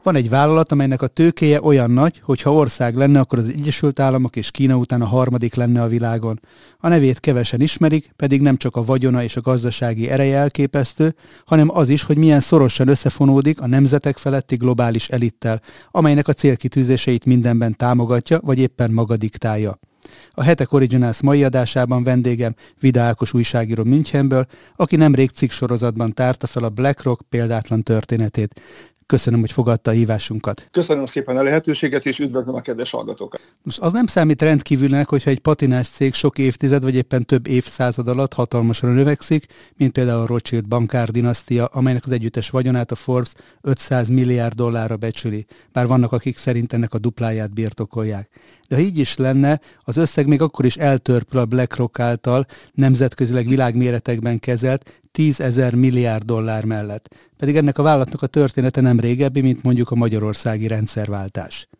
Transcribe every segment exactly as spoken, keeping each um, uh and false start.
Van egy vállalat, amelynek a tőkéje olyan nagy, hogy ha ország lenne, akkor az Egyesült Államok és Kína után a harmadik lenne a világon. A nevét kevesen ismerik, pedig nem csak a vagyona és a gazdasági ereje elképesztő, hanem az is, hogy milyen szorosan összefonódik a nemzetek feletti globális elittel, amelynek a célkitűzéseit mindenben támogatja, vagy éppen maga diktálja. A Hetek Originals mai adásában vendégem Vida Ákos újságíró Münchenből, aki nemrég cikksorozatban tárta fel a BlackRock példátlan történetét. Köszönöm, hogy fogadta a hívásunkat. Köszönöm szépen a lehetőséget, és üdvözlöm a kedves hallgatókat. Most az nem számít rendkívülnek, hogyha egy patinás cég sok évtized, vagy éppen több évszázad alatt hatalmasan növekszik, mint például a Rothschild bankár dinasztia, amelynek az együttes vagyonát a Forbes ötszáz milliárd dollárra becsüli, bár vannak, akik szerint ennek a dupláját birtokolják. De ha így is lenne, az összeg még akkor is eltörpül a BlackRock által nemzetközileg világméretekben kezelt tízezer milliárd dollár mellett. Pedig ennek a vállalatnak a története nem régebbi, mint mondjuk a magyarországi rendszerváltás.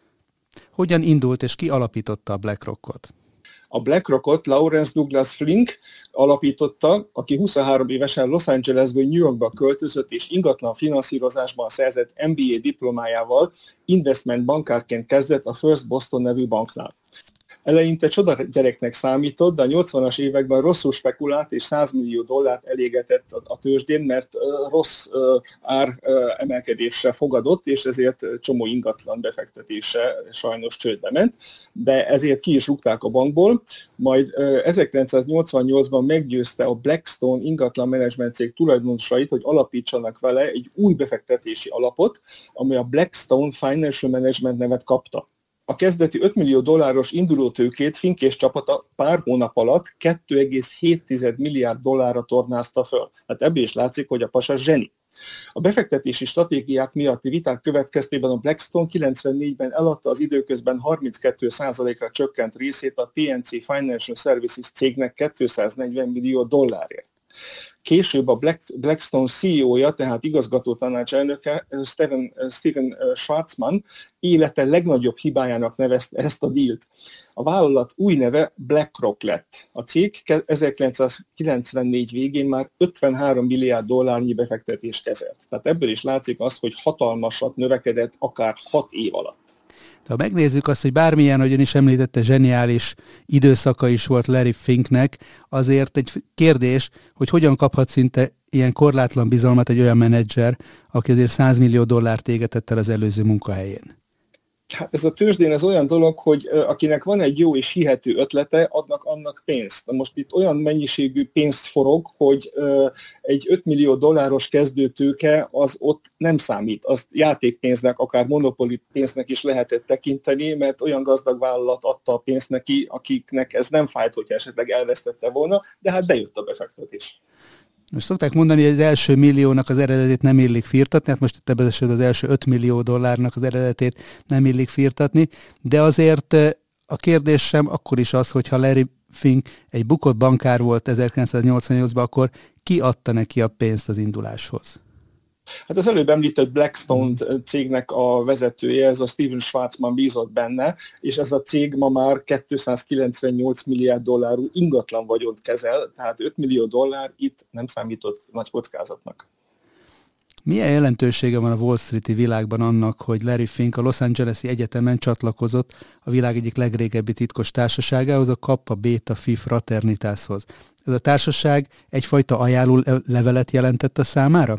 Hogyan indult és ki alapította a BlackRockot? A BlackRockot Lawrence Douglas Flink alapította, aki huszonhárom évesen Los Angelesből New Yorkba költözött, és ingatlan finanszírozásban szerzett em bé á diplomájával investment bankárként kezdett a First Boston nevű banknál. Eleinte csoda gyereknek számított, de a nyolcvanas években rosszul spekulált és száz millió dollárt elégetett a tőzsdén, mert rossz ár emelkedésre fogadott, és ezért csomó ingatlan befektetése sajnos csődbe ment, de ezért ki is rúgták a bankból, majd ezerkilencszáznyolcvannyolcban meggyőzte a Blackstone ingatlan menedzsment cég tulajdonosait, hogy alapítsanak vele egy új befektetési alapot, amely a Blackstone Financial Management nevet kapta. A kezdeti öt millió dolláros indulótőkét Fink és csapata pár hónap alatt két egész hét milliárd dollárra tornázta föl. Hát ebből is látszik, hogy a pasa zseni. A befektetési stratégiák miatti viták következtében a Blackstone kilencvennégyben eladta az időközben harminckét százalékra csökkent részét a pé en cé Financial Services cégnek kétszáznegyven millió dollárért. Később a Black, Blackstone cé e ó-ja, tehát igazgató tanács elnöke, Steven, Steven Schwarzman élete legnagyobb hibájának nevezte ezt a dílt. A vállalat új neve BlackRock lett. A cég ezerkilencszázkilencvennégy végén már ötvenhárom milliárd dollárnyi befektetést kezelt. Tehát ebből is látszik az, hogy hatalmasat növekedett akár hat év alatt. De ha megnézzük azt, hogy bármilyen, ahogy ön is említette, zseniális időszaka is volt Larry Finknek, azért egy kérdés, hogy hogyan kaphat szinte ilyen korlátlan bizalmat egy olyan menedzser, aki azért száz millió dollárt égetett el az előző munkahelyén. Hát ez a tőzsdén ez olyan dolog, hogy akinek van egy jó és hihető ötlete, adnak annak pénzt. Na most itt olyan mennyiségű pénzt forog, hogy egy öt millió dolláros kezdőtőke az ott nem számít. Azt játékpénznek, akár monopoli pénznek is lehetett tekinteni, mert olyan gazdag vállalat adta a pénzt neki, akiknek ez nem fájt, hogyha esetleg elvesztette volna, de hát bejött a befektetés. Most szokták mondani, hogy az első milliónak az eredetét nem illik firtatni, hát most itt ebben az esetben az első öt millió dollárnak az eredetét nem illik firtatni, de azért a kérdés sem akkor is az, hogyha Larry Fink egy bukott bankár volt ezerkilencszáznyolcvannyolcban, akkor ki adta neki a pénzt az induláshoz? Hát az előbb említett Blackstone cégnek a vezetője, ez a Steven Schwarzman bízott benne, és ez a cég ma már kétszázkilencvennyolc milliárd dollárú ingatlan vagyont kezel, tehát öt millió dollár itt nem számított nagy kockázatnak. Milyen jelentősége van a Wall Street-i világban annak, hogy Larry Fink a Los Angeles-i egyetemen csatlakozott a világ egyik legrégebbi titkos társaságához, a Kappa Beta Phi Fraternitáshoz? Ez a társaság egyfajta ajánló levelet jelentett a számára?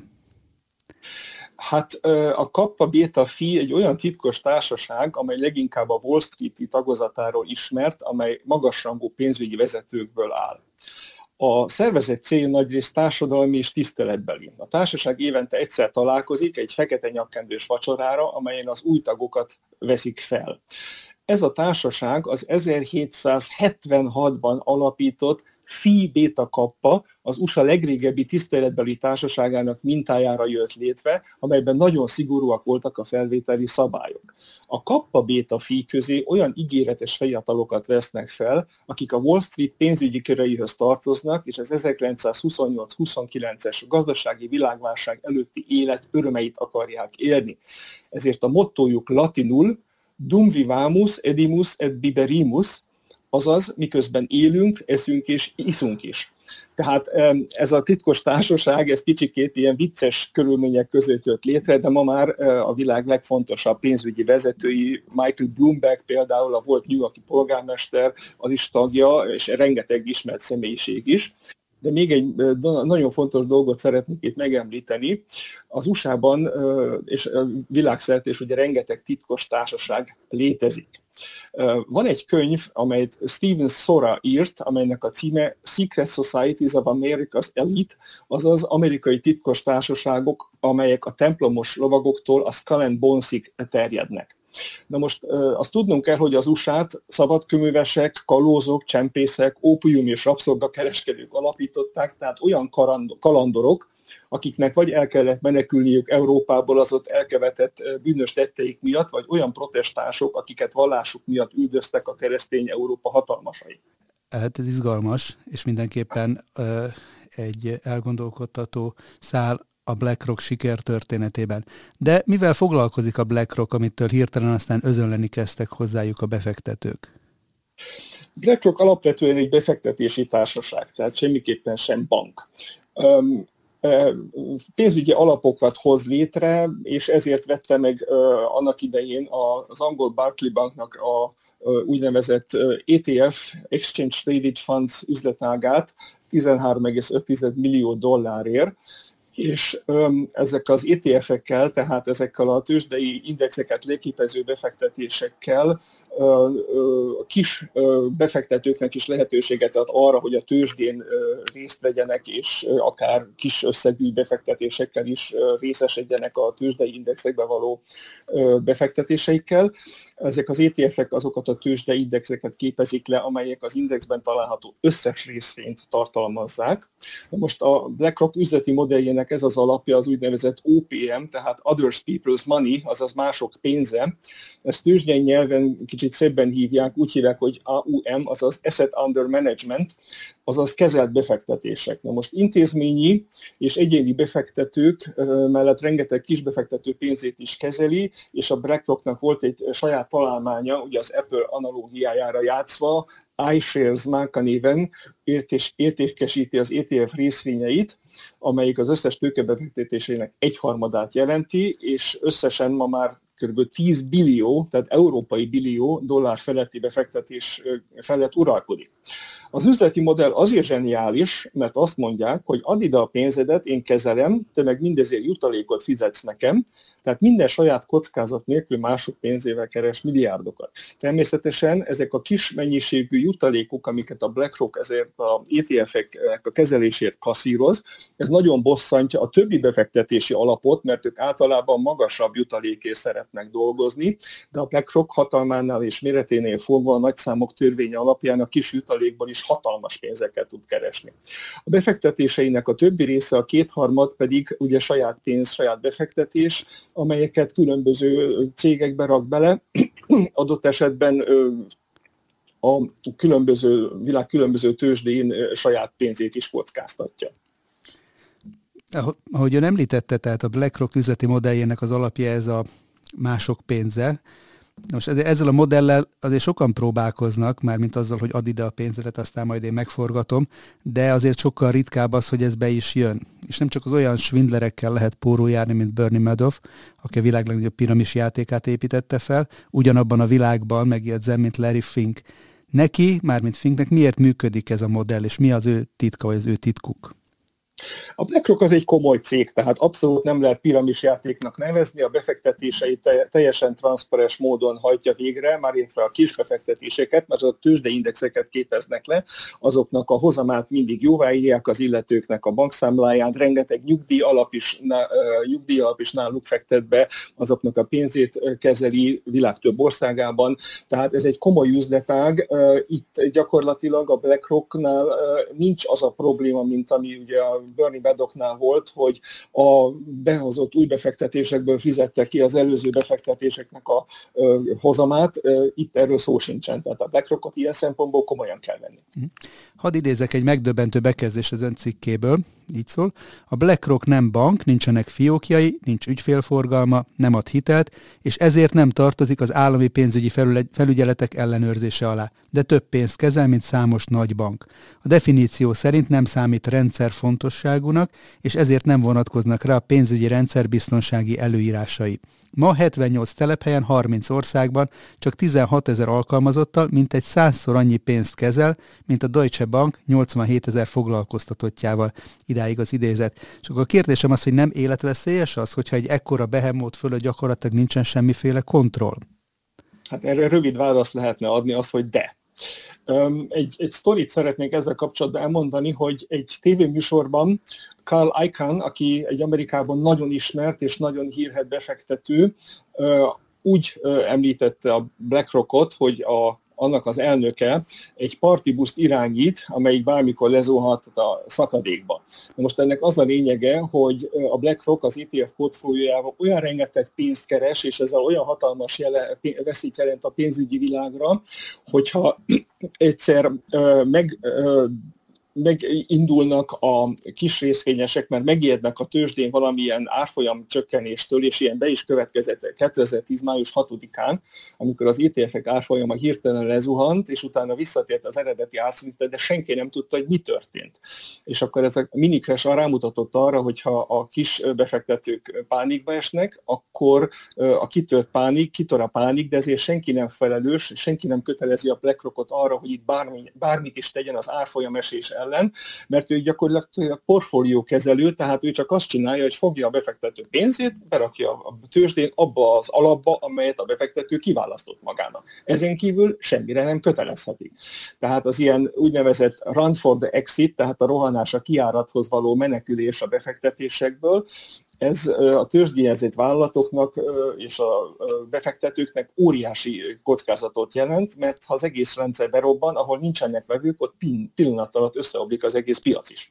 Hát a Kappa Beta Phi egy olyan titkos társaság, amely leginkább a Wall Street-i tagozatáról ismert, amely magasrangú pénzügyi vezetőkből áll. A szervezet cél nagyrészt társadalmi és tiszteletbeli. A társaság évente egyszer találkozik egy fekete nyakkendős vacsorára, amelyen az új tagokat veszik fel. Ez a társaság az ezerhétszázhetvenhatban alapított Phi Beta Kappa, az u es á legrégebbi tiszteletbeli társaságának mintájára jött létre, amelyben nagyon szigorúak voltak a felvételi szabályok. A Kappa Beta Phi közé olyan ígéretes fiatalokat vesznek fel, akik a Wall Street pénzügyi köreihöz tartoznak, és az ezerkilencszázhuszonnyolc-huszonkilences gazdasági világválság előtti élet örömeit akarják élni. Ezért a mottójuk latinul Dum vivamus, edimus et biberimus, azaz miközben élünk, eszünk és iszunk is. Tehát ez a titkos társaság, ez kicsikét ilyen vicces körülmények között jött létre, de ma már a világ legfontosabb pénzügyi vezetői, Michael Bloomberg például, a volt New York-i polgármester, az is tagja, és rengeteg ismert személyiség is. De még egy nagyon fontos dolgot szeretnék itt megemlíteni. Az u es á-ban és világszerte is ugye rengeteg titkos társaság létezik. Van egy könyv, amelyet Steven Sora írt, amelynek a címe Secret Societies of America's Elite, azaz amerikai titkos társaságok, amelyek a templomos lovagoktól a Skull and Bonesig terjednek. Na most azt tudnunk kell, hogy az u es á-t szabadkőművesek, kalózok, csempészek, ópium és rabszolgakereskedők alapították, tehát olyan kalandorok, akiknek vagy el kellett menekülniük Európából az ott elkövetett bűnös tetteik miatt, vagy olyan protestánsok, akiket vallásuk miatt üldöztek a keresztény Európa hatalmasai. Hát ez izgalmas, és mindenképpen uh, egy elgondolkodtató szál a BlackRock sikertörténetében. De mivel foglalkozik a BlackRock, amitől hirtelen aztán özönleni kezdtek hozzájuk a befektetők? BlackRock alapvetően egy befektetési társaság, tehát semmiképpen sem bank. Um, pénzügyi alapokat hoz létre, és ezért vette meg annak idején az angol Barclay Banknak a úgynevezett é té ef, Exchange Traded Funds üzletágát tizenhárom egész öt millió dollárért, és ezek az é té ef-ekkel, tehát ezekkel a tőzsdei indexeket leképező befektetésekkel a kis befektetőknek is lehetőséget ad arra, hogy a tőzsdén részt vegyenek, és akár kis összegű befektetésekkel is részesedjenek a tőzsdei indexekbe való befektetéseikkel. Ezek az é té ef-ek azokat a tőzsdei indexeket képezik le, amelyek az indexben található összes részvényt tartalmazzák. Most a BlackRock üzleti modelljének ez az alapja az úgynevezett o pé em, tehát Others People's Money, azaz mások pénze. Ezt tőzsdei nyelven kicsit szebben hívják, úgy hívják, hogy á u em, azaz Asset Under Management, azaz kezelt befektetések. Na most intézményi és egyéni befektetők mellett rengeteg kisbefektető pénzét is kezeli, és a BlackRocknak volt egy saját találmánya, ugye az Apple analógiájára játszva, iShares márkanéven értékesíti az é té ef részvényeit, amelyik az összes tőkebefektetésének egyharmadát jelenti, és összesen ma már kb. tíz billió, tehát európai billió dollár feletti befektetés felett uralkodik. Az üzleti modell azért zseniális, mert azt mondják, hogy add ide a pénzedet, én kezelem, te meg mindezért jutalékot fizetsz nekem, tehát minden saját kockázat nélkül mások pénzével keres milliárdokat. Természetesen ezek a kis mennyiségű jutalékok, amiket a BlackRock ezért a é té ef-ek a kezelésért kasszíroz, ez nagyon bosszantja a többi befektetési alapot, mert ők általában magasabb jutalékért szeretnek dolgozni, de a BlackRock hatalmánál és méreténél fogva a nagyszámok törvénye alapján a kis jutalékból is hatalmas pénzeket tud keresni. A befektetéseinek a többi része, a kétharmad pedig ugye saját pénz, saját befektetés, amelyeket különböző cégekbe rak bele, adott esetben a különböző, világ különböző tőzsdén saját pénzét is kockáztatja. Ahogy ön említette, tehát a BlackRock üzleti modelljének az alapja ez a mások pénze. Most ezzel a modellel azért sokan próbálkoznak, mármint azzal, hogy add ide a pénzedet, aztán majd én megforgatom, de azért sokkal ritkább az, hogy ez be is jön. És nem csak az olyan svindlerekkel lehet pórul járni, mint Bernie Madoff, aki a világ legnagyobb piramis játékát építette fel, ugyanabban a világban megjegyzem, mint Larry Fink. Neki, mármint Finknek miért működik ez a modell, és mi az ő titka, vagy az ő titkuk? A BlackRock az egy komoly cég, tehát abszolút nem lehet piramisjátéknak nevezni, a befektetéseit teljesen transzparens módon hajtja végre, már értve a kis befektetéseket, mert a tőzsdeindexeket képeznek le, azoknak a hozamát mindig jóváírják az illetőknek a bankszámláján, rengeteg nyugdíj alap is, nyugdíj alap is náluk fektet be, azoknak a pénzét kezeli világ több országában, tehát ez egy komoly üzletág, itt gyakorlatilag a BlackRocknál nincs az a probléma, mint ami ugye a Bernie Madoffnál volt, hogy a behozott új befektetésekből fizette ki az előző befektetéseknek a hozamát, itt erről szó sincsen. Tehát a BlackRockot ilyen szempontból komolyan kell venni. Hadd idézek egy megdöbbentő bekezdést az ön cikkéből, így szól. A BlackRock nem bank, nincsenek fiókjai, nincs ügyfélforgalma, nem ad hitelt, és ezért nem tartozik az állami pénzügyi felügyeletek ellenőrzése alá, de több pénzt kezel, mint számos nagy bank. A definíció szerint nem számít rendszerfontosságúnak, és ezért nem vonatkoznak rá a pénzügyi rendszer biztonsági előírásai. Ma hetvennyolc telephelyen, harminc országban csak tizenhatezer alkalmazottal mintegy százszor annyi pénzt kezel, mint a Deutsche Bank nyolcvanhétezer foglalkoztatottjával. Idáig az idézet. És akkor a kérdésem az, hogy nem életveszélyes az, hogyha egy ekkora behemoth fölött gyakorlatilag nincsen semmiféle kontroll? Hát erre rövid választ lehetne adni, az, hogy de. Egy, egy sztorit szeretnék ezzel kapcsolatban elmondani, hogy egy tévéműsorban Carl Icahn, aki egy Amerikában nagyon ismert és nagyon hírhedt befektető, úgy említette a BlackRockot, hogy a annak az elnöke egy partibuszt irányít, amelyik bármikor lezuhat a szakadékba. Most ennek az a lényege, hogy a BlackRock az é té ef portfóliójával olyan rengeteg pénzt keres, és ezzel olyan hatalmas jele, veszélyt jelent a pénzügyi világra, hogyha egyszer meg... megindulnak a kis részvényesek, mert megijednek a tőzsdén valamilyen árfolyam csökkenéstől, és ilyen be is következett kétezer-tíz május hatodikán, amikor az é té ef-ek árfolyama hirtelen lezuhant, és utána visszatért az eredeti árszintre, de senki nem tudta, hogy mi történt. És akkor ez a mini crash rámutatott arra, hogyha a kis befektetők pánikba esnek, akkor a kitört pánik, kitör a pánik, de ezért senki nem felelős, senki nem kötelezi a BlackRockot arra, hogy itt bármi, bármit is tegyen az árfolyamesés ellen, mert ő gyakorlatilag portfóliókezelő, tehát ő csak azt csinálja, hogy fogja a befektető pénzét, berakja a tőzsdén abba az alapba, amelyet a befektető kiválasztott magának. Ezen kívül semmire nem kötelezheti. Tehát az ilyen úgynevezett run for the exit, tehát a rohanás a kijárathoz való menekülés a befektetésekből, ez a tőzsdéjegyzett vállalatoknak és a befektetőknek óriási kockázatot jelent, mert ha az egész rendszer berobban, ahol nincsenek vevők, ott pillanat alatt összeomlik az egész piac is.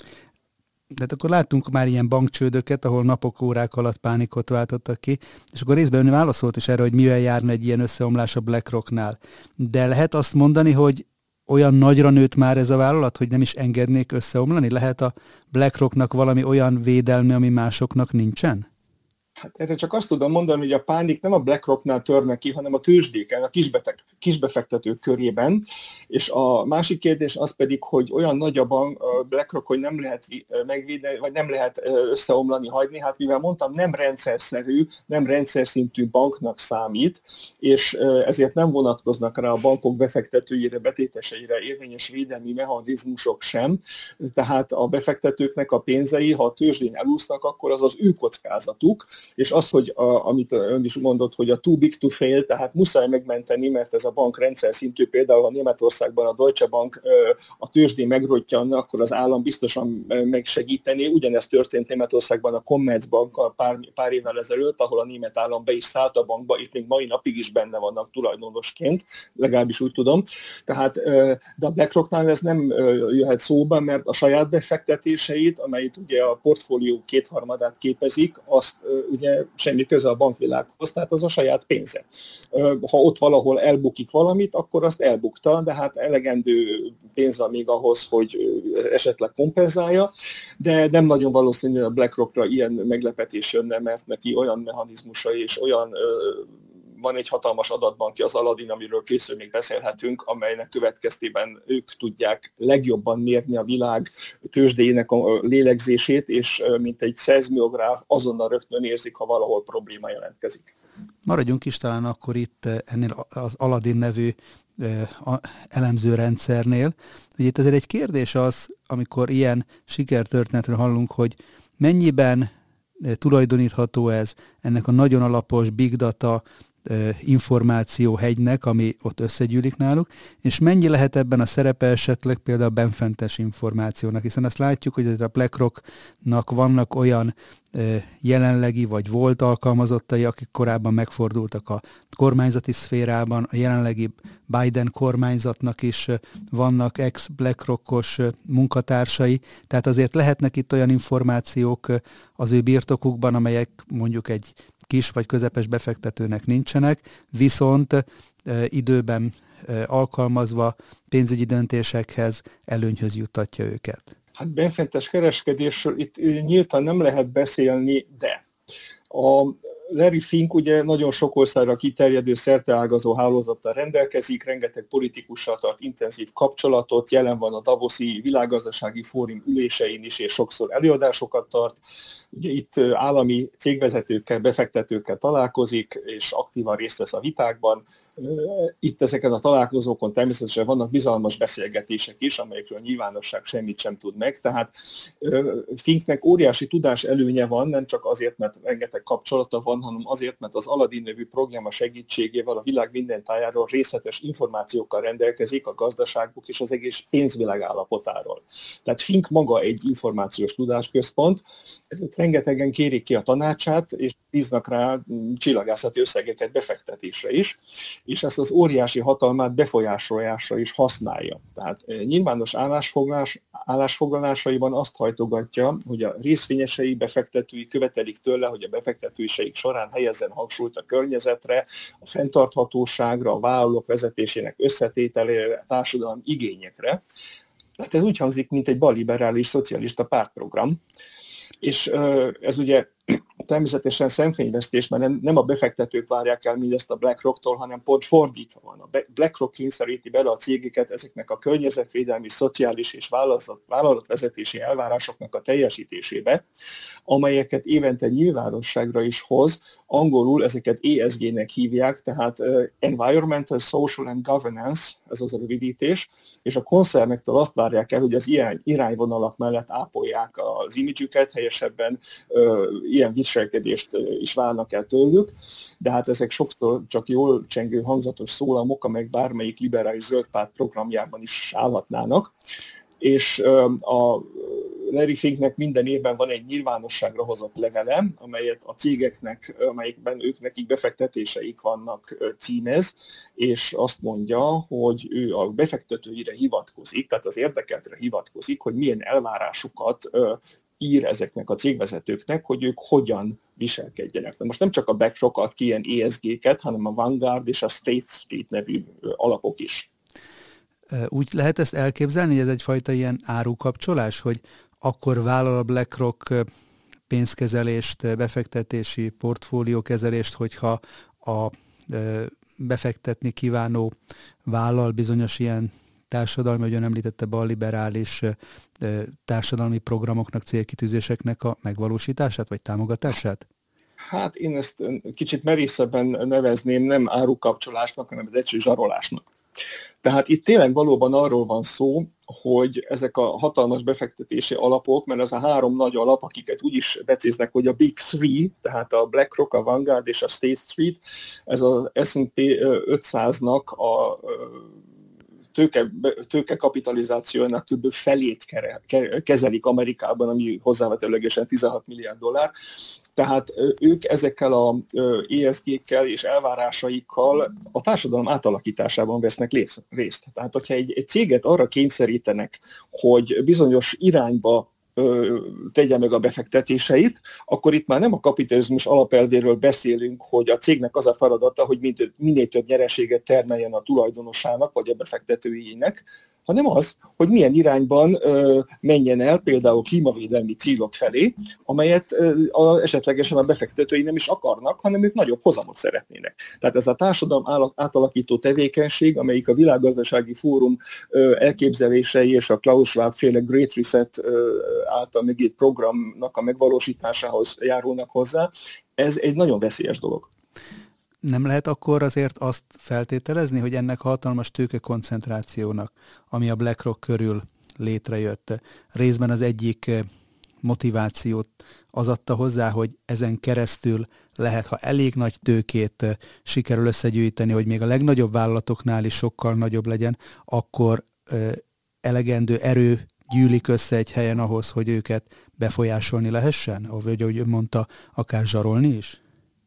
De hát akkor láttunk már ilyen bankcsődöket, ahol napok, órák alatt pánikot váltottak ki, és akkor részben ön válaszolt is erre, hogy mivel járna egy ilyen összeomlás a BlackRocknál. De lehet azt mondani, hogy olyan nagyra nőtt már ez a vállalat, hogy nem is engednék összeomlani? Lehet a BlackRocknak valami olyan védelme, ami másoknak nincsen? Hát erre csak azt tudom mondani, hogy a pánik nem a BlackRocknál törne ki, hanem a tőzsdéken, a kisbeteg, kisbefektetők körében. És a másik kérdés az pedig, hogy olyan nagy a bank, a BlackRock, hogy nem lehet megvédeni, vagy nem lehet összeomlani, hagyni. Hát mivel mondtam, nem rendszerszerű, nem rendszer szintű banknak számít, és ezért nem vonatkoznak rá a bankok befektetőire, betéteseire érvényes védelmi mechanizmusok sem. Tehát a befektetőknek a pénzei, ha a tőzsdén elúsznak, akkor az az ő kockázatuk. És az, hogy a, amit ön is mondott, hogy a too big to fail, tehát muszáj megmenteni, mert ez a bank rendszer szintű, például ha Németországban a Deutsche Bank a tőzsdén megrottyanna, akkor az állam biztosan megsegítené. Ugyanezt történt Németországban a Commerzbank pár, pár évvel ezelőtt, ahol a német állam be is szállt a bankba, itt még mai napig is benne vannak tulajdonosként, legalábbis úgy tudom. Tehát, de a BlackRocknál ez nem jöhet szóba, mert a saját befektetéseit, amelyet ugye a portfólió kétharmadát képezik, azt ugye semmi köze a bankvilághoz, tehát az a saját pénze. Ha ott valahol elbukik valamit, akkor azt elbukta, de hát elegendő pénz van még ahhoz, hogy esetleg kompenzálja, de nem nagyon valószínű, hogy a BlackRockra ilyen meglepetés jönne, mert neki olyan mechanizmusai és olyan van egy hatalmas adatbankja, az Aladdin, amiről később még beszélhetünk, amelynek következtében ők tudják legjobban mérni a világ tőzsdéjének a lélegzését, és mint egy szeizmográf azonnal rögtön érzik, ha valahol probléma jelentkezik. Maradjunk is talán akkor itt ennél az Aladdin nevű elemző rendszernél, hogy itt azért egy kérdés az, amikor ilyen sikertörténetről hallunk, hogy mennyiben tulajdonítható ez ennek a nagyon alapos big data információhegynek, ami ott összegyűlik náluk, és mennyi lehet ebben a szerepe esetleg például a benfentes információnak, hiszen azt látjuk, hogy a BlackRocknak vannak olyan jelenlegi vagy volt alkalmazottai, akik korábban megfordultak a kormányzati szférában, a jelenlegi Biden kormányzatnak is vannak ex-BlackRockos munkatársai, tehát azért lehetnek itt olyan információk az ő birtokukban, amelyek mondjuk egy kis vagy közepes befektetőnek nincsenek, viszont időben alkalmazva pénzügyi döntésekhez előnyhöz juttatja őket? Hát benfentes kereskedésről itt nyíltan nem lehet beszélni, de a Larry Fink ugye nagyon sok országra kiterjedő szerteágazó hálózattal rendelkezik, rengeteg politikussal tart intenzív kapcsolatot, jelen van a Davoszi Világgazdasági Fórum ülésein is, és sokszor előadásokat tart. Ugye itt állami cégvezetőkkel, befektetőkkel találkozik, és aktívan részt vesz a vitákban. Itt ezeken a találkozókon természetesen vannak bizalmas beszélgetések is, amelyekről a nyilvánosság semmit sem tud meg, tehát Finknek óriási tudás előnye van, nem csak azért, mert rengeteg kapcsolata van, hanem azért, mert az Aladdin nevű programja segítségével a világ minden tájáról részletes információkkal rendelkezik a gazdaságuk és az egész pénzvilág állapotáról. Tehát Fink maga egy információs tudásközpont, ezért rengetegen kérik ki a tanácsát, és bíznak rá csillagászati összegeket befektetésre is, és ezt az óriási hatalmát befolyásolásra is használja. Tehát nyilvános állásfoglalás, állásfoglalásaiban azt hajtogatja, hogy a részvényesei, befektetői követelik tőle, hogy a befektetőseik során helyezzen hangsúlyt a környezetre, a fenntarthatóságra, a vállalatok vezetésének összetételére, a társadalmi igényekre. Tehát ez úgy hangzik, mint egy balliberális szocialista pártprogram, és ez ugye természetesen szemfényvesztés, mert nem a befektetők várják el mindezt a BlackRocktól, hanem pont fordítva van. A BlackRock kényszeríti bele a cégeket ezeknek a környezetvédelmi, szociális és vállalat, vállalatvezetési elvárásoknak a teljesítésébe, amelyeket évente nyilvánosságra is hoz. Angolul ezeket E S G-nek hívják, tehát Environmental, Social and Governance, ez az a rövidítés, és a koncernektől azt várják el, hogy az ilyen irányvonalak mellett ápolják az imidzsüket, helyesebben ö, ilyen viselkedést is várnak el tőlük, de hát ezek sokszor csak jól csengő hangzatos szólamok, amelyek bármelyik liberális zöldpárt programjában is állhatnának, és ö, a Larry Finknek minden évben van egy nyilvánosságra hozott levele, amelyet a cégeknek, amelyekben ők nekik befektetéseik vannak, címez, és azt mondja, hogy ő a befektetőire hivatkozik, tehát az érdekeltre hivatkozik, hogy milyen elvárásukat ír ezeknek a cégvezetőknek, hogy ők hogyan viselkedjenek. De most nem csak a BlackRock ad ki ilyen E S G-ket, hanem a Vanguard és a State Street nevű alapok is. Úgy lehet ezt elképzelni, hogy ez egyfajta ilyen árukapcsolás, hogy akkor vállal a BlackRock pénzkezelést, befektetési portfóliókezelést, hogyha a befektetni kívánó vállal bizonyos ilyen társadalmi, ahogy ön említette, balliberális társadalmi programoknak, célkitűzéseknek a megvalósítását vagy támogatását? Hát én ezt kicsit merészebben nevezném, nem árukapcsolásnak, hanem az egyszerű zsarolásnak. Tehát itt tényleg valóban arról van szó, hogy ezek a hatalmas befektetési alapok, mert az a három nagy alap, akiket úgy is becéznek, hogy a Big Three, tehát a BlackRock, a Vanguard és a State Street, ez az es and pé ötszáznak a tőke, tőke kapitalizációjának több felét kezelik Amerikában, ami hozzávetőlegesen tizenhat milliárd dollár. Tehát ők ezekkel a E S G-kkel és elvárásaikkal a társadalom átalakításában vesznek részt. Tehát, hogyha egy, egy céget arra kényszerítenek, hogy bizonyos irányba tegye meg a befektetéseit, akkor itt már nem a kapitalizmus alapelvéről beszélünk, hogy a cégnek az a feladata, hogy minél több nyereséget termeljen a tulajdonosának vagy a befektetőjének, hanem az, hogy milyen irányban ö, menjen el például klímavédelmi célok felé, amelyet ö, a, esetlegesen a befektetői nem is akarnak, hanem ők nagyobb hozamot szeretnének. Tehát ez a társadalom átalakító tevékenység, amelyik a Világgazdasági Fórum ö, elképzelései és a Klaus Schwab féle Great Reset ö, által megírt programnak a megvalósításához járulnak hozzá, ez egy nagyon veszélyes dolog. Nem lehet akkor azért azt feltételezni, hogy ennek a hatalmas tőkekoncentrációnak, ami a BlackRock körül létrejött, részben az egyik motivációt az adta hozzá, hogy ezen keresztül lehet, ha elég nagy tőkét sikerül összegyűjteni, hogy még a legnagyobb vállalatoknál is sokkal nagyobb legyen, akkor elegendő erő gyűlik össze egy helyen ahhoz, hogy őket befolyásolni lehessen? Ahogy mondta, akár zsarolni is?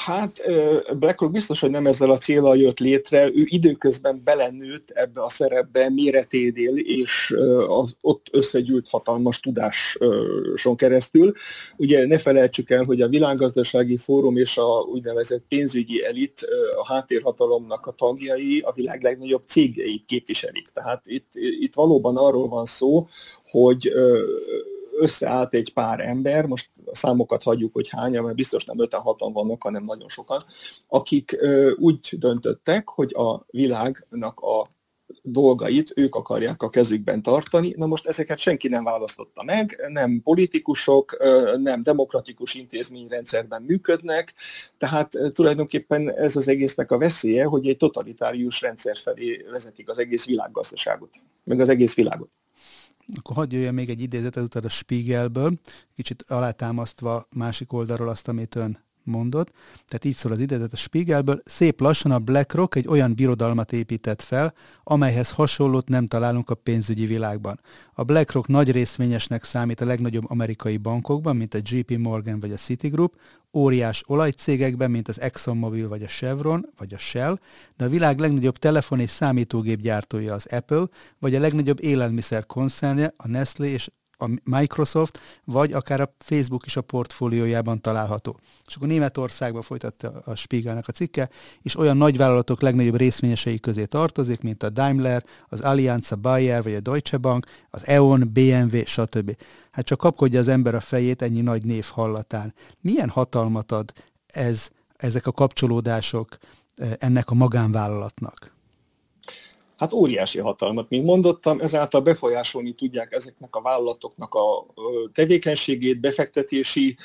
Hát BlackRock biztos, hogy nem ezzel a céllal jött létre, ő időközben belenőtt ebbe a szerepbe méreténél, és az ott összegyűlt hatalmas tudáson keresztül. Ugye ne felejtsük el, hogy a Világgazdasági Fórum és a úgynevezett pénzügyi elit a háttérhatalomnak a tagjai a világ legnagyobb cégeit képviselik. Tehát itt, itt valóban arról van szó, hogy összeállt egy pár ember, most a számokat hagyjuk, hogy hányan, mert biztos nem öten-hatan vannak, hanem nagyon sokan, akik úgy döntöttek, hogy a világnak a dolgait ők akarják a kezükben tartani. Na most ezeket senki nem választotta meg, nem politikusok, nem demokratikus intézményrendszerben működnek, tehát tulajdonképpen ez az egésznek a veszélye, hogy egy totalitárius rendszer felé vezetik az egész világgazdaságot, meg az egész világot. Akkor hadd jöjjön még egy idézet ezután a Spiegelből, kicsit alátámasztva másik oldalról azt, amit ön mondott. Tehát így szól az idézet a Spiegelből: szép lassan a BlackRock egy olyan birodalmat épített fel, amelyhez hasonlót nem találunk a pénzügyi világban. A BlackRock nagy részvényesnek számít a legnagyobb amerikai bankokban, mint a jé pé Morgan vagy a Citigroup, óriás olajcégekben, mint az ExxonMobil vagy a Chevron vagy a Shell, de a világ legnagyobb telefon- és számítógép gyártója az Apple, vagy a legnagyobb élelmiszer koncernje a Nestlé és a Microsoft, vagy akár a Facebook is a portfóliójában található. És akkor Németországban folytatta a Spiegelnek a cikke, és olyan nagyvállalatok legnagyobb részvényesei közé tartozik, mint a Daimler, az Allianz, a Bayer, vagy a Deutsche Bank, az E O N, bé em vé, stb. Hát csak kapkodja az ember a fejét ennyi nagy név hallatán. Milyen hatalmat ad ez, ezek a kapcsolódások ennek a magánvállalatnak? Hát óriási hatalmat, mint mondottam, ezáltal befolyásolni tudják ezeknek a vállalatoknak a tevékenységét, befektetési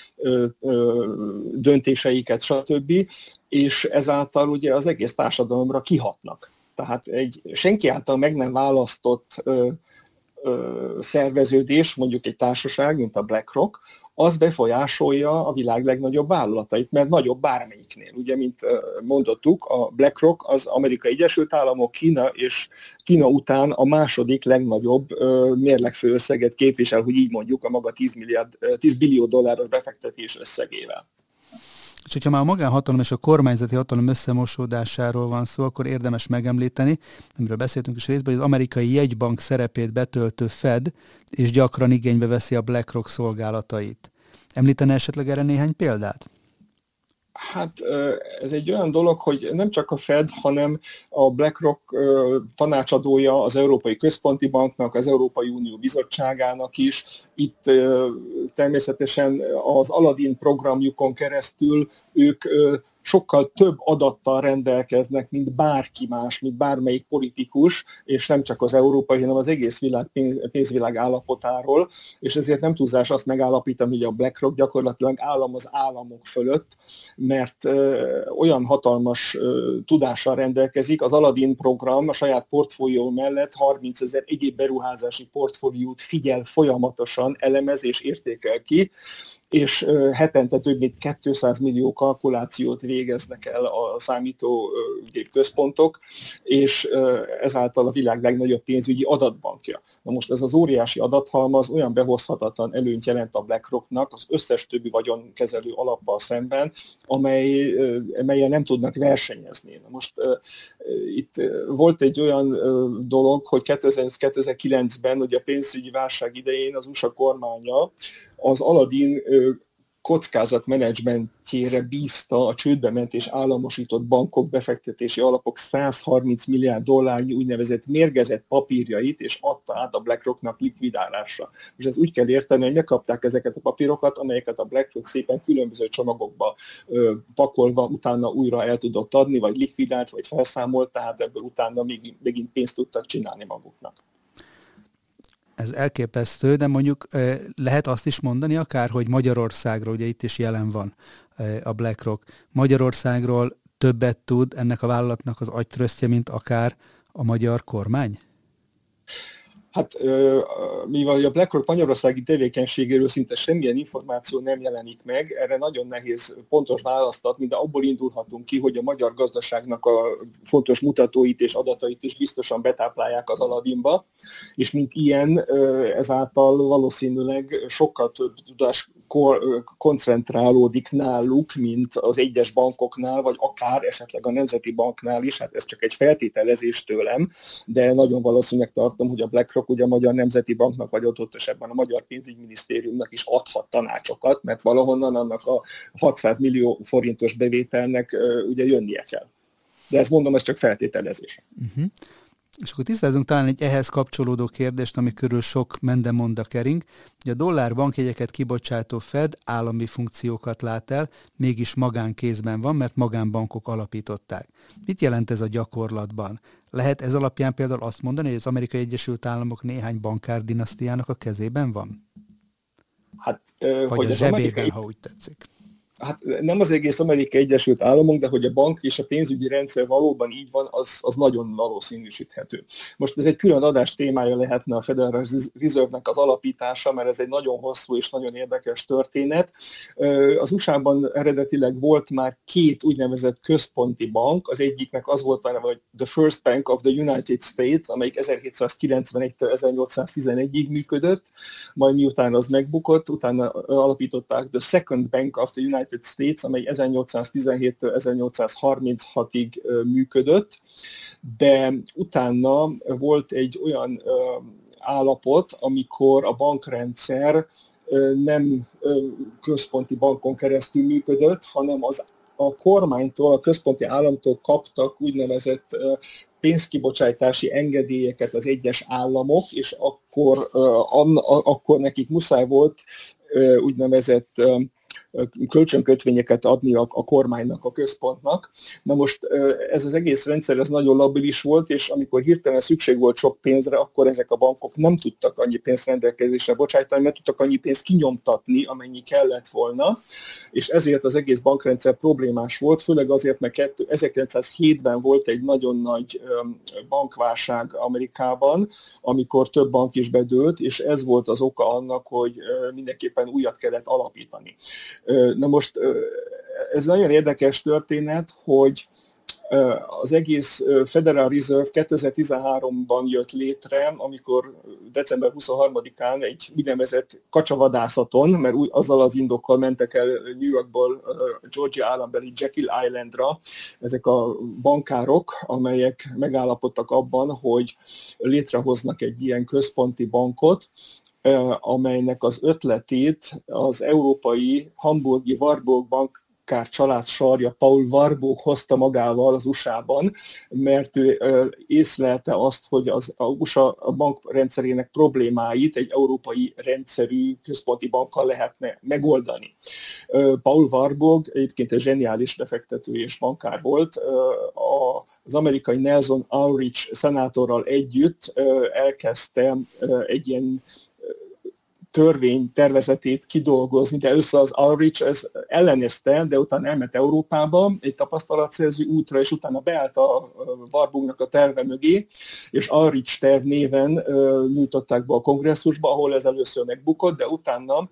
döntéseiket, stb. És ezáltal ugye az egész társadalomra kihatnak. Tehát egy senki által meg nem választott szerveződés, mondjuk egy társaság, mint a BlackRock, az befolyásolja a világ legnagyobb vállalatait, mert nagyobb bármelyiknél. Ugye, mint mondottuk, a BlackRock az Amerikai Egyesült Államok, Kína és Kína után a második legnagyobb mérlegfőösszeget képvisel, hogy így mondjuk, a maga tíz milliárd, tíz billió dolláros befektetés összegével. És hogyha már a magánhatalom és a kormányzati hatalom összemosódásáról van szó, akkor érdemes megemlíteni, amiről beszéltünk is részben, hogy az amerikai jegybank szerepét betöltő Fed és gyakran igénybe veszi a BlackRock szolgálatait. Említene esetleg erre néhány példát? Hát ez egy olyan dolog, hogy nem csak a Fed, hanem a BlackRock tanácsadója az Európai Központi Banknak, az Európai Unió Bizottságának is. Itt természetesen az Aladdin programjukon keresztül ők sokkal több adattal rendelkeznek, mint bárki más, mint bármelyik politikus, és nem csak az európai, hanem az egész világ pénz, pénzvilág állapotáról, és ezért nem túlzás azt megállapítani, hogy a BlackRock gyakorlatilag állam az államok fölött, mert ö, olyan hatalmas ö, tudással rendelkezik, az Aladdin program a saját portfólió mellett harmincezer egyéb beruházási portfóliót figyel folyamatosan, elemez és értékel ki, és hetente több mint kétszáz millió kalkulációt végeznek el a számítógép központok, és ezáltal a világ legnagyobb pénzügyi adatbankja. Na most ez az óriási adathalmaz olyan behozhatatlan előnyt jelent a BlackRocknak az összes többi vagyonkezelő alappal szemben, amely, amelyen nem tudnak versenyezni. Na most itt volt egy olyan dolog, hogy kétezer-kilencben, hogy a pénzügyi válság idején az u es á kormánya az Aladdin kockázatmenedzsmentjére bízta a csődbe ment és államosított bankok, befektetési alapok száz harminc milliárd dollárnyi úgynevezett mérgezett papírjait, és adta át a BlackRocknak likvidálásra. És ez úgy kell érteni, hogy megkapták ezeket a papírokat, amelyeket a BlackRock szépen különböző csomagokba ö, pakolva utána újra el tudott adni, vagy likvidált, vagy felszámolt, tehát ebből utána még, megint pénzt tudtak csinálni maguknak. Ez elképesztő, de mondjuk lehet azt is mondani akár, hogy Magyarországról, ugye itt is jelen van a BlackRock, Magyarországról többet tud ennek a vállalatnak az agytrösztje, mint akár a magyar kormány? Hát mivel a BlackRock magyarországi tevékenységéről szinte semmilyen információ nem jelenik meg, erre nagyon nehéz pontos választ adni, de abból indulhatunk ki, hogy a magyar gazdaságnak a fontos mutatóit és adatait is biztosan betáplálják az Aladdinba, és mint ilyen ezáltal valószínűleg sokkal több tudás koncentrálódik náluk, mint az egyes bankoknál, vagy akár esetleg a Nemzeti Banknál is, hát ez csak egy feltételezés tőlem, de nagyon valószínűleg tartom, hogy a BlackRock ugye a Magyar Nemzeti Banknak, vagy ott esetben a Magyar Pénzügyminisztériumnak is adhat tanácsokat, mert valahonnan annak a hatszáz millió forintos bevételnek ugye jönnie kell. De ezt mondom, ez csak feltételezés. Uh-huh. És akkor tisztázunk talán egy ehhez kapcsolódó kérdést, ami körül sok mendemonda kering. Ugye a dollár bankjegyeket kibocsátó Fed állami funkciókat lát el, mégis magánkézben van, mert magánbankok alapították. Mit jelent ez a gyakorlatban? Lehet ez alapján például azt mondani, hogy az Amerikai Egyesült Államok néhány bankár dinasztiának a kezében van? Hát, Vagy hogy a zsebében, amerikai... ha úgy tetszik. Hát nem az egész Amerikai Egyesült Államok, de hogy a bank és a pénzügyi rendszer valóban így van, az, az nagyon valószínűsíthető. Most ez egy külön adás témája lehetne a Federal Reserve-nek az alapítása, mert ez egy nagyon hosszú és nagyon érdekes történet. Az u es á-ban eredetileg volt már két úgynevezett központi bank, az egyiknek az volt már, hogy The First Bank of the United States, amelyik ezerhétszázkilencvenegytől ezernyolcszáztizenegyig működött, majd miután az megbukott, utána alapították The Second Bank of the United States, amely ezernyolcszáztizenhéttől ezernyolcszázharminchatig működött, de utána volt egy olyan állapot, amikor a bankrendszer nem központi bankon keresztül működött, hanem az a kormánytól, a központi államtól kaptak úgynevezett pénzkibocsátási engedélyeket az egyes államok, és akkor, akkor nekik muszáj volt úgynevezett kölcsönkötvényeket adni a, a kormánynak, a központnak. Na most ez az egész rendszer ez nagyon labilis volt, és amikor hirtelen szükség volt sok pénzre, akkor ezek a bankok nem tudtak annyi pénzt rendelkezésre bocsájtani, mert tudtak annyi pénzt kinyomtatni, amennyi kellett volna, és ezért az egész bankrendszer problémás volt, főleg azért, mert ezerkilencszázhétben volt egy nagyon nagy bankválság Amerikában, amikor több bank is bedőlt, és ez volt az oka annak, hogy mindenképpen újat kellett alapítani. Na most ez nagyon érdekes történet, hogy az egész Federal Reserve kétezer-tizenháromban jött létre, amikor december huszonharmadikán egy úgynevezett kacsavadászaton, mert úgy, azzal az indokkal mentek el New Yorkból Georgia állambeli Jekyll Islandra ezek a bankárok, amelyek megállapodtak abban, hogy létrehoznak egy ilyen központi bankot, amelynek az ötletét az európai hamburgi Warburg bankár család sarja Paul Warburg hozta magával az u es á-ban, mert ő észlelte azt, hogy az u es á bankrendszerének problémáit egy európai rendszerű központi bankkal lehetne megoldani. Paul Warburg egyébként egy zseniális befektető és bankár volt, az amerikai Nelson Ulrich szenátorral együtt elkezdte egy ilyen törvénytervezetét kidolgozni, de össze az Ulrich ez ellenezte, de utána elment Európába egy tapasztalatszerző útra, és utána beállt a Warburgnak a terve mögé, és Ulrich terv néven nyújtották be a kongresszusba, ahol ez először megbukott, de utána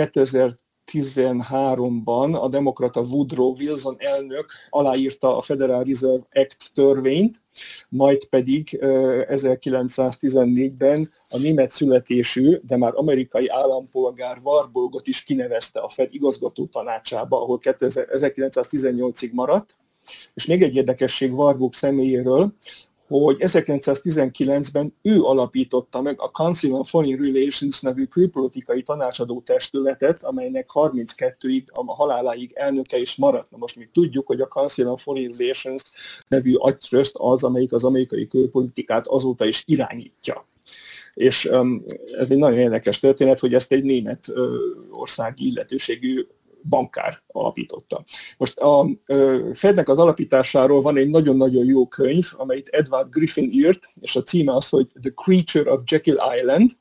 kétezer-tizenháromban a demokrata Woodrow Wilson elnök aláírta a Federal Reserve Act törvényt, majd pedig ezerkilencszáztizennégyben a német születésű, de már amerikai állampolgár Warburgot is kinevezte a Fed igazgató tanácsába, ahol ezerkilencszáztizennyolcig maradt. És még egy érdekesség Warburg személyéről, hogy ezerkilencszáztizenkilencben ő alapította meg a Council on Foreign Relations nevű külpolitikai tanácsadó testületet, amelynek harminckettőig, a haláláig elnöke is maradt. Na most mi tudjuk, hogy a Council on Foreign Relations nevű agytröszt az, amelyik az amerikai külpolitikát azóta is irányítja. És um, ez egy nagyon érdekes történet, hogy ezt egy német uh, országi illetőségű bankár alapította. Most a Fednek az alapításáról van egy nagyon-nagyon jó könyv, amelyet Edward Griffin írt, és a címe az, hogy The Creature of Jekyll Island,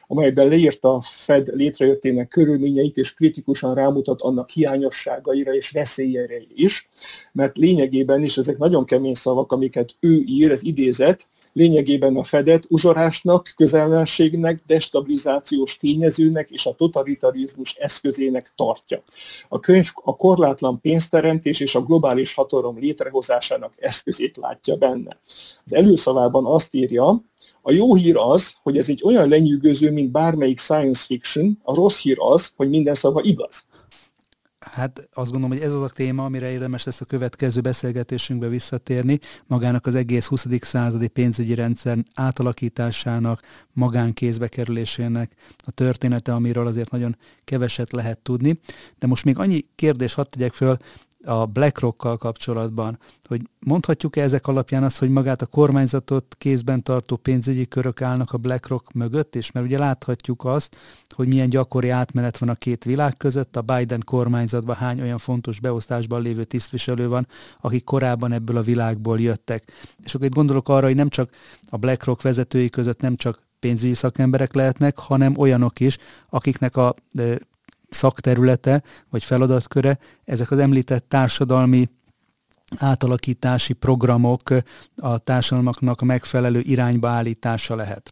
amelyben leírta a Fed létrejöttének körülményeit, és kritikusan rámutat annak hiányosságaira és veszélyeire is, mert lényegében is ezek nagyon kemény szavak, amiket ő ír, ez idézet, lényegében a Fedet uzsorásnak, közellenségnek, destabilizációs tényezőnek és a totalitarizmus eszközének tartja. A könyv a korlátlan pénzteremtés és a globális hatalom létrehozásának eszközét látja benne. Az előszavában azt írja, a jó hír az, hogy ez egy olyan lenyűgöző, mint bármelyik science fiction, a rossz hír az, hogy minden szava igaz. Hát azt gondolom, hogy ez az a téma, amire érdemes lesz a következő beszélgetésünkbe visszatérni, magának az egész huszadik századi pénzügyi rendszer átalakításának, magánkézbe kerülésének a története, amiről azért nagyon keveset lehet tudni. De most még annyi kérdés hadd tegyek föl a BlackRock-kal kapcsolatban, hogy mondhatjuk-e ezek alapján azt, hogy magát a kormányzatot kézben tartó pénzügyi körök állnak a BlackRock mögött, és mert ugye láthatjuk azt, hogy milyen gyakori átmenet van a két világ között, a Biden kormányzatban hány olyan fontos beosztásban lévő tisztviselő van, akik korábban ebből a világból jöttek. És akkor itt gondolok arra, hogy nem csak a BlackRock vezetői között nem csak pénzügyi szakemberek lehetnek, hanem olyanok is, akiknek a szakterülete vagy feladatköre ezek az említett társadalmi átalakítási programok a társadalmaknak a megfelelő irányba állítása lehet.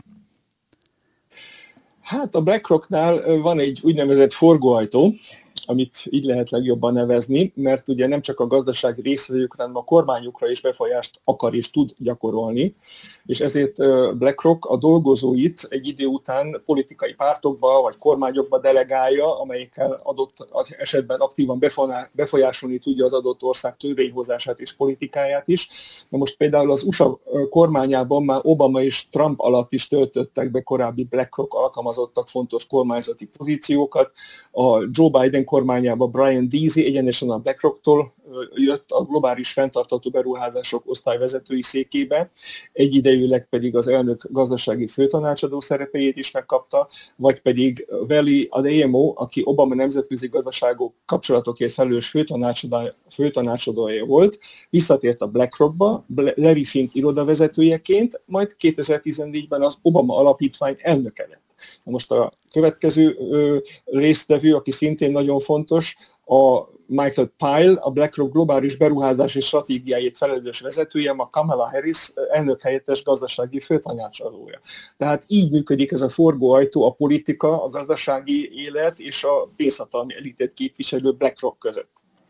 Hát a BlackRocknál van egy úgynevezett forgóajtó, amit így lehet legjobban nevezni, mert ugye nem csak a gazdasági részvevőkre, hanem a kormányukra is befolyást akar és tud gyakorolni, és ezért BlackRock a dolgozóit egy idő után politikai pártokba vagy kormányokba delegálja, amelyekkel adott esetben aktívan befolyásolni tudja az adott ország törvényhozását és politikáját is. De most például az u es á kormányában már Obama és Trump alatt is töltöttek be korábbi BlackRock alkalmazottak fontos kormányzati pozíciókat. A Joe Biden kormányában Brian Deasy egyenesen a BlackRocktól jött a globális fenntartható beruházások osztályvezetői székébe, egyidejűleg pedig az elnök gazdasági főtanácsadó szerepeit is megkapta, vagy pedig Vali Adeyemo, aki Obama nemzetközi gazdaságok kapcsolatokért felelős főtanácsadója, főtanácsadója volt, visszatért a BlackRockba, Larry Fink irodavezetőjeként, majd kétezer-tizennégyben az Obama alapítvány elnöke lett. Most a következő ö, résztvevő, aki szintén nagyon fontos, a Michael Pyle, a BlackRock globális beruházási stratégiáért felelős vezetője, a Kamala Harris elnökhelyettes gazdasági főtanácsadója. Tehát így működik ez a forgóajtó a politika, a gazdasági élet és a pénzhatalmi elitet képviselő BlackRock között.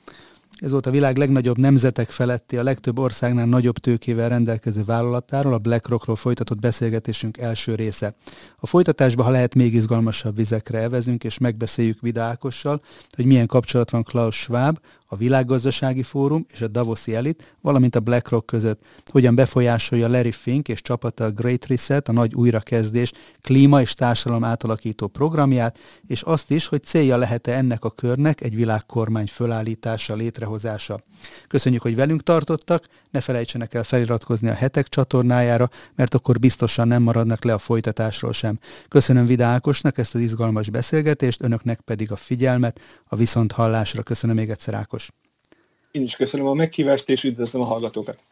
Ez volt a világ legnagyobb nemzetek feletti, a legtöbb országnál nagyobb tőkével rendelkező vállalatáról, a BlackRockról folytatott beszélgetésünk első része. A folytatásban, ha lehet, még izgalmasabb vizekre elvezünk, és megbeszéljük Vida Ákossal, hogy milyen kapcsolat van Klaus Schwab, a Világgazdasági Fórum és a Davoszi elit, valamint a BlackRock között, hogyan befolyásolja Larry Fink és csapata a Great Reset, a nagy újrakezdés klíma és társadalom átalakító programját, és azt is, hogy célja lehet-e ennek a körnek egy világkormány fölállítása, létrehozása. Köszönjük, hogy velünk tartottak, ne felejtsenek el feliratkozni a Hetek csatornájára, mert akkor biztosan nem maradnak le a folytatásról sem. Köszönöm Vida Ákosnak ezt az izgalmas beszélgetést, önöknek pedig a figyelmet, a viszonthallásra. Köszönöm még egyszer, Ákos. Én is köszönöm a meghívást, és üdvözlöm a hallgatókat.